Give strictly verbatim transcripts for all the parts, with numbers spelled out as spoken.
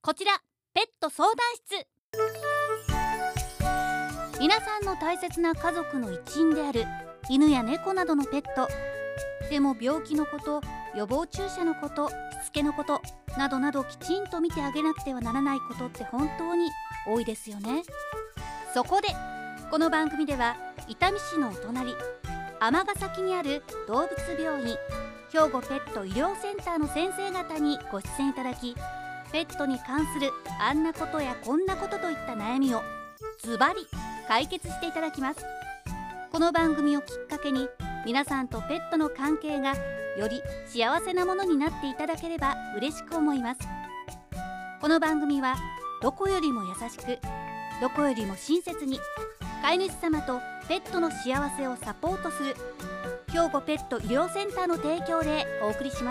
こちらペット相談室。皆さんの大切な家族の一員である犬や猫などのペットでも、病気のこと、予防注射のこと、しつけのことなどなど、きちんと見てあげなくてはならないことって本当に多いですよね。そこでこの番組では、伊丹市のお隣尼崎にある動物病院兵庫ペット医療センターの先生方にご出演いただき、ペットに関するあんなことやこんなことといった悩みをズバリ解決していただきます。この番組をきっかけに、皆さんとペットの関係がより幸せなものになっていただければ嬉しく思います。この番組はどこよりも優しく、どこよりも親切に飼い主様とペットの幸せをサポートする兵庫ペット医療センターの提供でお送りします。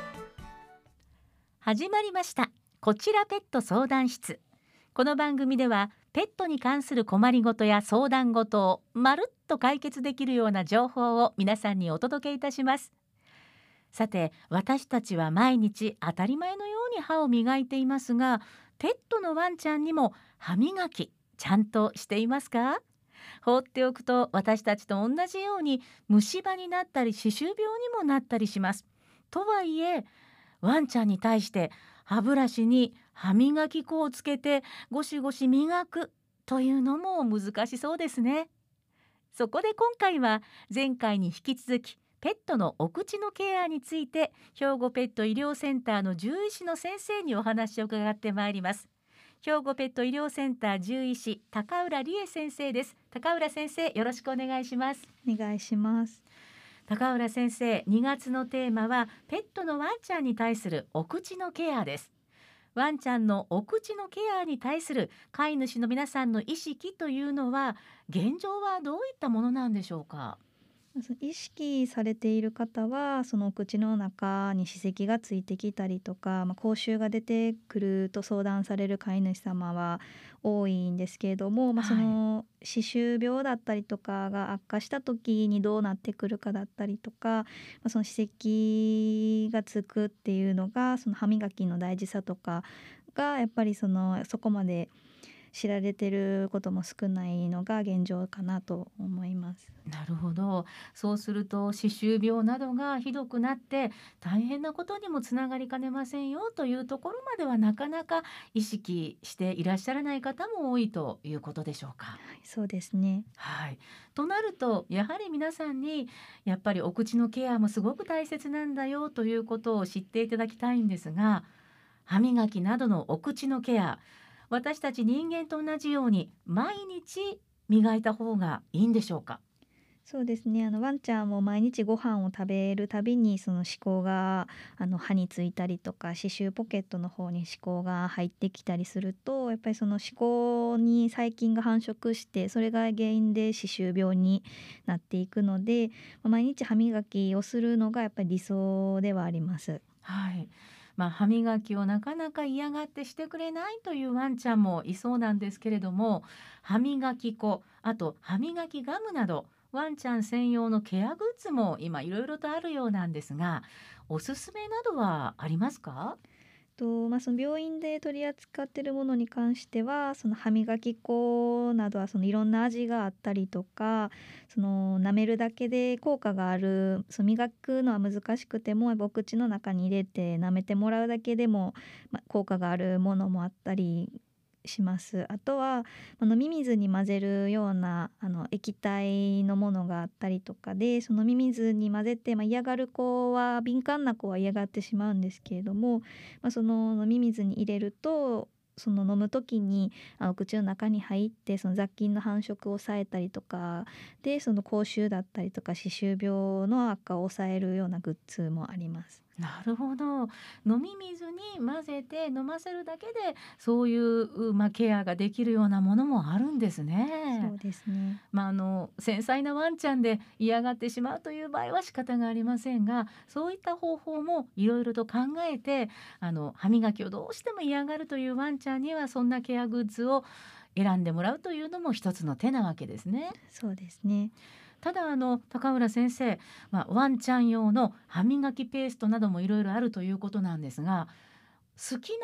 始まりました。こちらペット相談室。この番組ではペットに関する困りごとや相談ごとをまるっと解決できるような情報を皆さんにお届けいたします。さて、私たちは毎日当たり前のように歯を磨いていますが、ペットのワンちゃんにも歯磨きちゃんとしていますか？放っておくと私たちと同じように虫歯になったり歯周病にもなったりします。とはいえ、ワンちゃんに対して歯ブラシに歯磨き粉をつけてゴシゴシ磨くというのも難しそうですね。そこで今回は前回に引き続き、ペットのお口のケアについて兵庫ペット医療センターの獣医師の先生にお話を伺ってまいります。兵庫ペット医療センター獣医師高浦理恵先生です。高浦先生、よろしくお願いします。 お願いします。 高浦先生、にがつのテーマはペットのワンちゃんに対するお口のケアです。ワンちゃんのお口のケアに対する飼い主の皆さんの意識というのは、現状はどういったものなんでしょうか？ 意識されている方は、そのお口の中に歯石がついてきたりとか、まあ、口臭が出てくると相談される飼い主様は多いんですけれども、まあ、その歯周病だったりとかが悪化した時にどうなってくるかだったりとか、まあ、その歯石がつくっていうのが、その歯磨きの大事さとかがやっぱりそのそこまで知られてることも少ないのが現状かなと思います。 なるほど。そうすると歯周病などがひどくなって大変なことにもつながりかねませんよというところまでは、なかなか意識していらっしゃらない方も多いということでしょうか？ はい、そうですね。 はい。となると、やはり皆さんにやっぱりお口のケアもすごく大切なんだよということを知っていただきたいんですが、歯磨きなどのお口のケア、私たち人間と同じように毎日磨いた方がいいんでしょうか？ そうですね。あのワンちゃんも毎日ご飯を食べるたびに、その歯垢があの歯についたりとか、歯周ポケットの方に歯垢が入ってきたりすると、やっぱりその歯垢に細菌が繁殖して、それが原因で歯周病になっていくので、毎日歯磨きをするのがやっぱり理想ではあります。 はい。まあ、歯磨きをなかなか嫌がってしてくれないというワンちゃんもいそうなんですけれども、歯磨き粉、あと歯磨きガムなどワンちゃん専用のケアグッズも今いろいろとあるようなんですが、おすすめなどはありますか？ とまあ、その病院で取り扱っているものに関しては、その歯磨き粉などはそのいろんな味があったりとか、その舐めるだけで効果がある、その磨くのは難しくてもお口の中に入れて舐めてもらうだけでも、まあ、効果があるものもあったりします。あとはあの飲み水に混ぜるようなあの液体のものがあったりとかで、その飲み水に混ぜて、まあ、嫌がる子は、敏感な子は嫌がってしまうんですけれども、まあ、その飲み水に入れると、その飲む時にあの口の中に入って、その雑菌の繁殖を抑えたりとかで、その口臭だったりとか歯周病の悪化を抑えるようなグッズもあります。 なるほど。飲み水に混ぜて飲ませるだけでそういう、まあ、ケアができるようなものもあるんですね。 そうですね。 まあ、あの繊細なワンちゃんで嫌がってしまうという場合は仕方がありませんが、そういった方法もいろいろと考えて、あの歯磨きをどうしても嫌がるというワンちゃんにはそんなケアグッズを選んでもらうというのも一つの手なわけですね。 そうですね。 ただあの高浦先生、まあ、ワンちゃん用の歯磨きペーストなどもいろいろあるということなんですが、好きな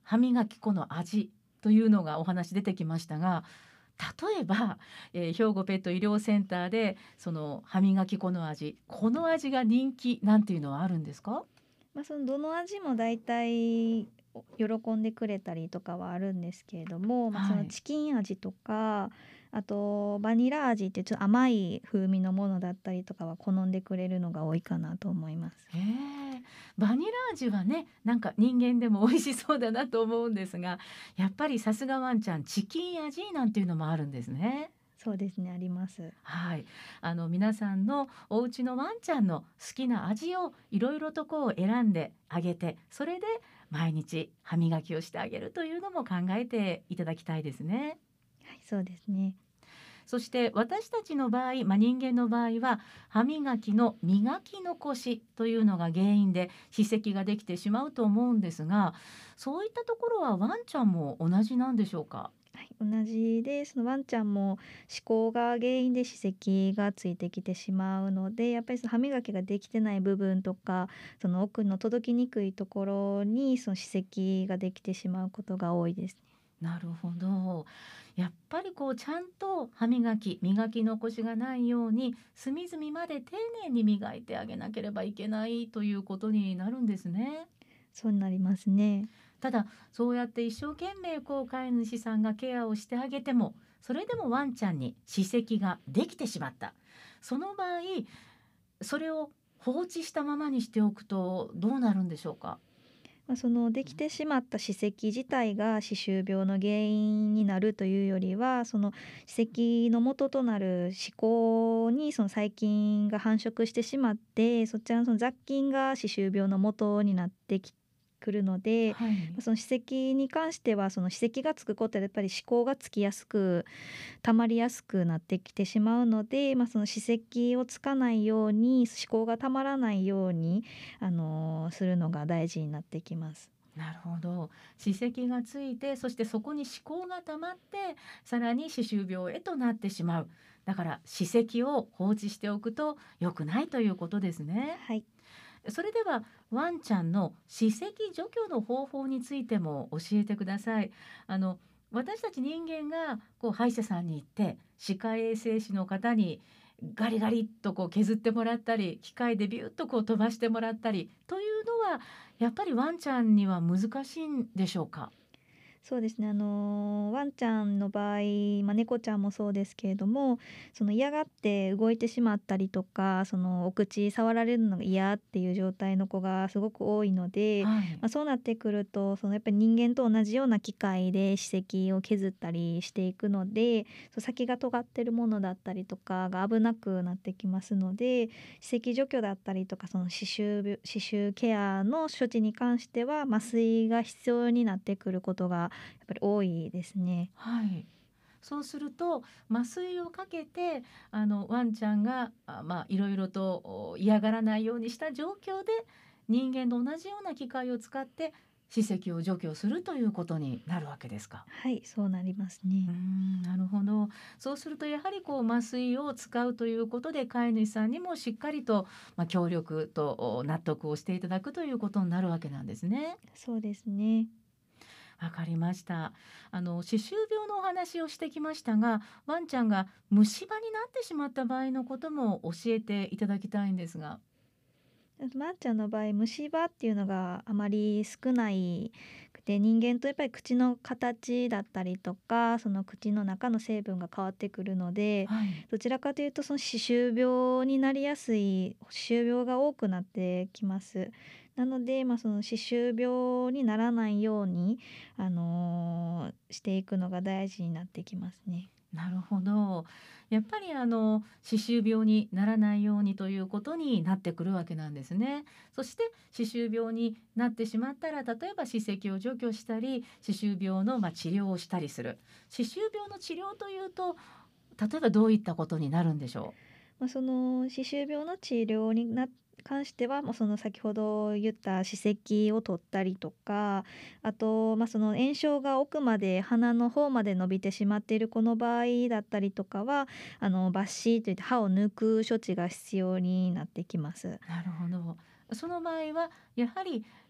歯磨き粉の味というのがお話出てきましたが、例えば、えー兵庫ペット医療センターでその歯磨き粉の味、この味が人気なんていうのはあるんですか？ まあ、そのどの味もだいたい喜んでくれたりとかはあるんですけれども、まあ、そはい。 のチキン味とかあとバニラ味ってちょっと甘い風味のものだったりとかは好んでくれるのが多いかなと思います。 へえ、バニラ味はね、なんか人間でも美味しそうだなと思うんですが、やっぱりさすがワンちゃん、チキン味なんていうのもあるんですね。 そうですね、あります。 はい、あの皆さんのお家のワンちゃんの好きな味をいろいろとこう選んであげて、それで毎日歯磨きをしてあげるというのも考えていただきたいですね。 はい、そうですね。 そして私たちの場合、まあ、人間の場合は歯磨きの磨き残しというのが原因で歯石ができてしまうと思うんですが、そういったところはワンちゃんも同じなんでしょうか？ はい、同じで、そのワンちゃんも歯垢が原因で歯石がついてきてしまうので、やっぱりその歯磨きができてない部分とか、その奥の届きにくいところにその歯石ができてしまうことが多いですね。 なるほど。やっぱりこうちゃんと歯磨き磨き残しがないように隅々まで丁寧に磨いてあげなければいけないということになるんですね。 そうなりますね。 ただそうやって一生懸命こう飼い主さんがケアをしてあげても、それでもワンちゃんに歯石ができてしまった、その場合それを放置したままにしておくとどうなるんでしょうか？ まあ、そのできてしまった歯石自体が歯周病の原因になるというよりは、その歯石の元となる歯垢にその細菌が繁殖してしまって、そちらのその雑菌が歯周病の元になってきくるので、 はい。 その歯石に関してはその歯石がつくことでやっぱり歯垢がつきやすく溜まりやすくなってきてしまうので、まあ、その歯石をつかないように歯垢がたまらないように、あのーするのが大事になってきます。 なるほど。歯石がついて、そしてそこに歯垢がたまって、さらに歯周病へとなってしまう。だから歯石を放置しておくと良くないということですね。 はい、 それではワンちゃんの歯石除去の方法についても教えてください。あの私たち人間がこう歯医者さんに行って歯科衛生士の方にガリガリっとこう削ってもらったり、機械でビュッとこう飛ばしてもらったりというのはやっぱりワンちゃんには難しいんでしょうか？ そうですね。あの、ワンちゃんの場合、まあ、猫ちゃんもそうですけれども、その嫌がって動いてしまったりとか、そのお口触られるのが嫌っていう状態の子がすごく多いので、 はい。 まあ、そうなってくると、そのやっぱり人間と同じような機械で歯石を削ったりしていくので、そう先が尖ってるものだったりとかが危なくなってきますので、歯石除去だったりとか、その歯周病歯周ケアの処置に関しては麻酔が必要になってくることがやっぱり多いですね。 はい。そうすると麻酔をかけてあのワンちゃんがあ、まあ、いろいろとお嫌がらないようにした状況で人間と同じような機械を使って歯石を除去するということになるわけですか？ はい、そうなりますうーね。 ん、なるほど。そうするとやはりこう麻酔を使うということで飼い主さんにもしっかりと、まあ、協力とお納得をしていただくということになるわけなんですね。 そうですね。 わかりました。あの歯周病のお話をしてきましたが、ワンちゃんが虫歯になってしまった場合のことも教えていただきたいんですが。 ワンちゃんの場合、虫歯っていうのがあまり少ないくて、人間とやっぱり口の形だったりとか、その口の中の成分が変わってくるので、 はい。 どちらかというとその歯周病になりやすい歯周病が多くなってきます。なので、まあ、その歯周病にならないように、あのーしていくのが大事になってきますね。 なるほど。やっぱりあの歯周病にならないようにということになってくるわけなんですね。そして歯周病になってしまったら、例えば歯石を除去したり、歯周病のまあ治療をしたりする。歯周病の治療というと、例えばどういったことになるんでしょまあ、その歯周病の治療にな関しては、もうその先ほど言った歯石を取ったりとか、あと、まあ、その炎症が奥まで鼻の方まで伸びてしまっている子の場合だったりとかは、あの抜歯といって歯を抜く処置が必要になってきます。 う？なるほど。その場合はやはり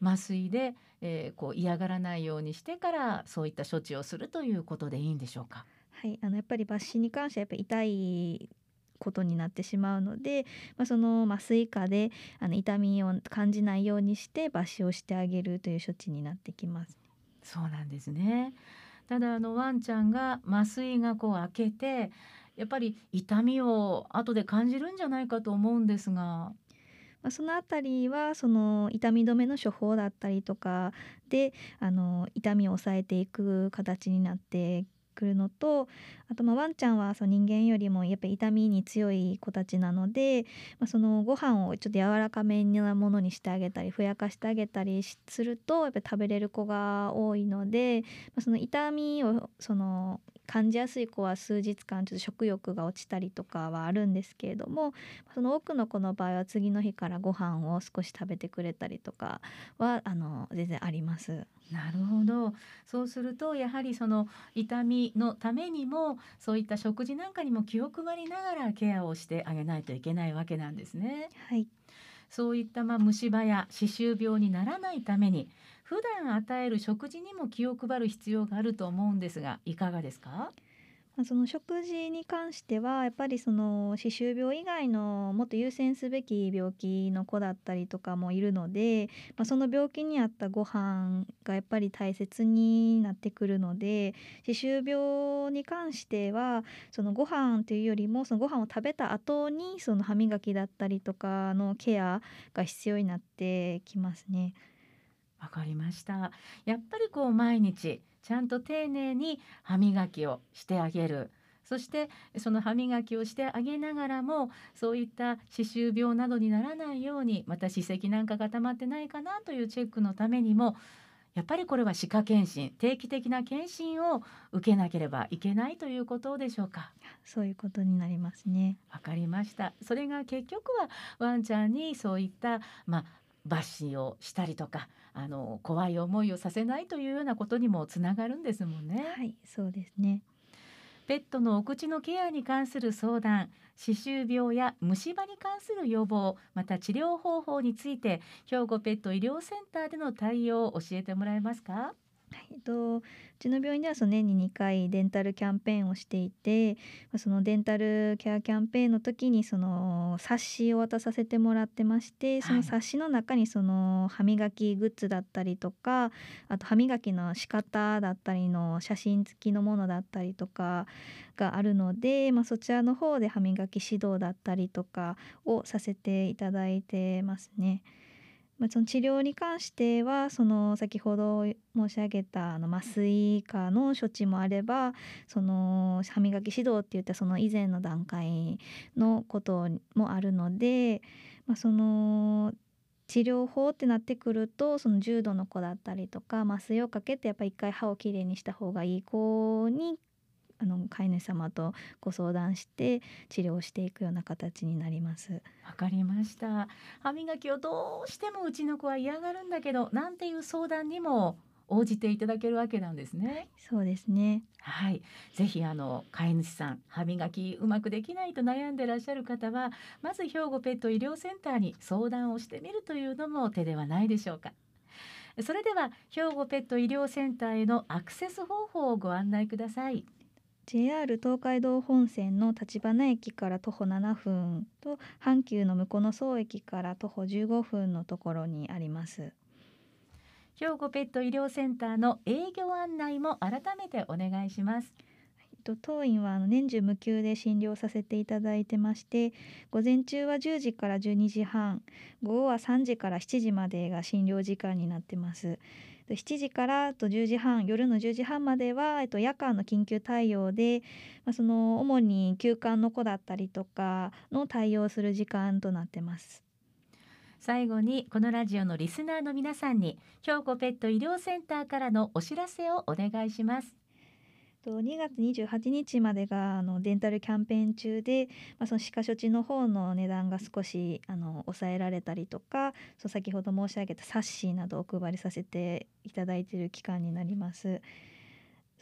麻酔で、えーこう嫌がらないようにしてからそういった処置をするということでいいんでしょうか。 はい、あのやっぱり抜歯に関してはやっぱり痛いことになってしまうので、まあ、その麻酔下であの痛みを感じないようにして抜歯をしてあげるという処置になってきます。 そうなんですね。ただあのワンちゃんが麻酔がこう開けてやっぱり痛みを後で感じるんじゃないかと思うんですが。 まあ、そのあたりはその痛み止めの処方だったりとかであの痛みを抑えていく形になってくるのと、あとまあワンちゃんはその人間よりもやっぱり痛みに強い子たちなので、まあ、そのご飯をちょっと柔らかめなものにしてあげたりふやかしてあげたりするとやっぱり食べれる子が多いので、まあ、その痛みをその感じやすい子は数日間ちょっと食欲が落ちたりとかはあるんですけれども、その多くの子の場合は次の日からご飯を少し食べてくれたりとかはあの全然あります。 なるほど。そうするとやはりその痛みのためにもそういった食事なんかにも気を配りながらケアをしてあげないといけないわけなんですね。 はい、 そういったまあ虫歯や歯周病にならないために普段与える食事にも気を配る必要があると思うんですが、いかがですか？ まあ、その食事に関してはやっぱりその歯周病以外のもっと優先すべき病気の子だったりとかもいるので、まあ、その病気に合ったご飯がやっぱり大切になってくるので、歯周病に関してはそのご飯というよりもそのご飯を食べた後にその歯磨きだったりとかのケアが必要になってきますね。 わかりました。やっぱりこう毎日ちゃんと丁寧に歯磨きをしてあげる。そしてその歯磨きをしてあげながらもそういった歯周病などにならないように、また歯石なんかが溜まってないかなというチェックのためにもやっぱりこれは歯科検診、定期的な検診を受けなければいけないということでしょうか。 そういうことになりますね。 わかりました。それが結局はワンちゃんにそういったまあ抜歯をしたりとかあの怖い思いをさせないというようなことにもつながるんですもんね。 はい、そうですね。 ペットのお口のケアに関する相談、歯周病や虫歯に関する予防、また治療方法について兵庫ペット医療センターでの対応を教えてもらえますか？ はい、えっと、うちの病院ではその年ににかいデンタルキャンペーンをしていて、まあそのデンタルケアキャンペーンの時にその冊子を渡させてもらってまして、そはい。 の冊子の中にその歯磨きグッズだったりとか、あと歯磨きの仕方だったりの写真付きのものだったりとかがあるので、まあ、そちらの方で歯磨き指導だったりとかをさせていただいてますね。まあ、その治療に関してはその先ほど申し上げたあの麻酔科の処置もあれば、その歯磨き指導っていったその以前の段階のこともあるので、まあ、その治療法ってなってくるとその重度の子だったりとか麻酔をかけてやっぱり一回歯をきれいにした方がいい子にあの飼い主様とご相談して治療していくような形になります。 わかりました。歯磨きをどうしてもうちの子は嫌がるんだけどなんていう相談にも応じていただけるわけなんですね。 そうですね。 はい、ぜひあの飼い主さん歯磨きうまくできないと悩んでらっしゃる方はまず兵庫ペット医療センターに相談をしてみるというのも手ではないでしょうか。それでは兵庫ペット医療センターへのアクセス方法をご案内ください。 ジェイアール 東海道本線の立花駅から徒歩ななふんと阪急の向野駅から徒歩じゅうごふんのところにあります。 兵庫ペット医療センターの営業案内も改めてお願いします。 えっと当院はあの年中無休で診療させていただいてまして、午前中はじゅうじからじゅうにじはん、午後はさんじからしちじまでが診療時間になってます。しちじからとじゅうじはん、夜のじゅうじはんまでは、えっと、夜間の緊急対応で、まあ、その主に休館の子だったりとかの対応する時間となってます。 最後にこのラジオのリスナーの皆さんに兵庫ペット医療センターからのお知らせをお願いします。 とにがつにじゅうはちにちまでがあのデンタルキャンペーン中で、まあ、その歯科処置の方の値段が少しあの抑えられたりとか、そう先ほど申し上げたサッシーなどをお配りさせていただいている期間になります。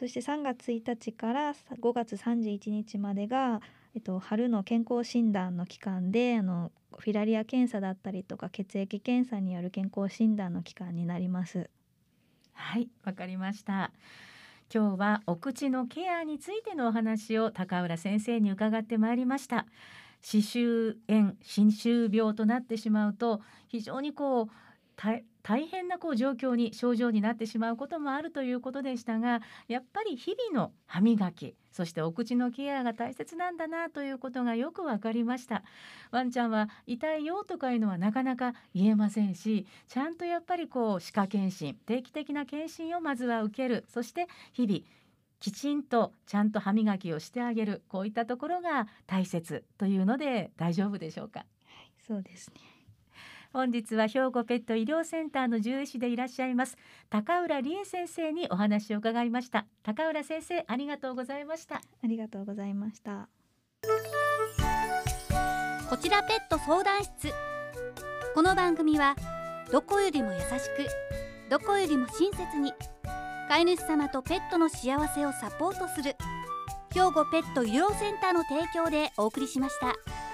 そしてさんがつついたちからごがつさんじゅういちにちまでが、えっと、春の健康診断の期間で、あのフィラリア検査だったりとか血液検査による健康診断の期間になります。 はい、わかりました。今日はお口のケアについてのお話を高浦先生に伺ってまいりました。歯周炎、歯周病となってしまうと非常にこう大大変なこう状況に症状になってしまうこともあるということでしたが、やっぱり日々の歯磨き、そしてお口のケアが大切なんだなということがよくわかりました。ワンちゃんは痛いよとかいうのはなかなか言えませんし、ちゃんとやっぱりこう歯科検診、定期的な検診をまずは受ける、そして日々きちんとちゃんと歯磨きをしてあげる、こういったところが大切というので大丈夫でしょうか。はい、 そうですね。 本日は兵庫ペット医療センターの獣医師でいらっしゃいます高浦理恵先生にお話を伺いました。高浦先生、ありがとうございました。 ありがとうございました。 こちらペット相談室。この番組はどこよりも優しく、どこよりも親切に、飼い主様とペットの幸せをサポートする兵庫ペット医療センターの提供でお送りしました。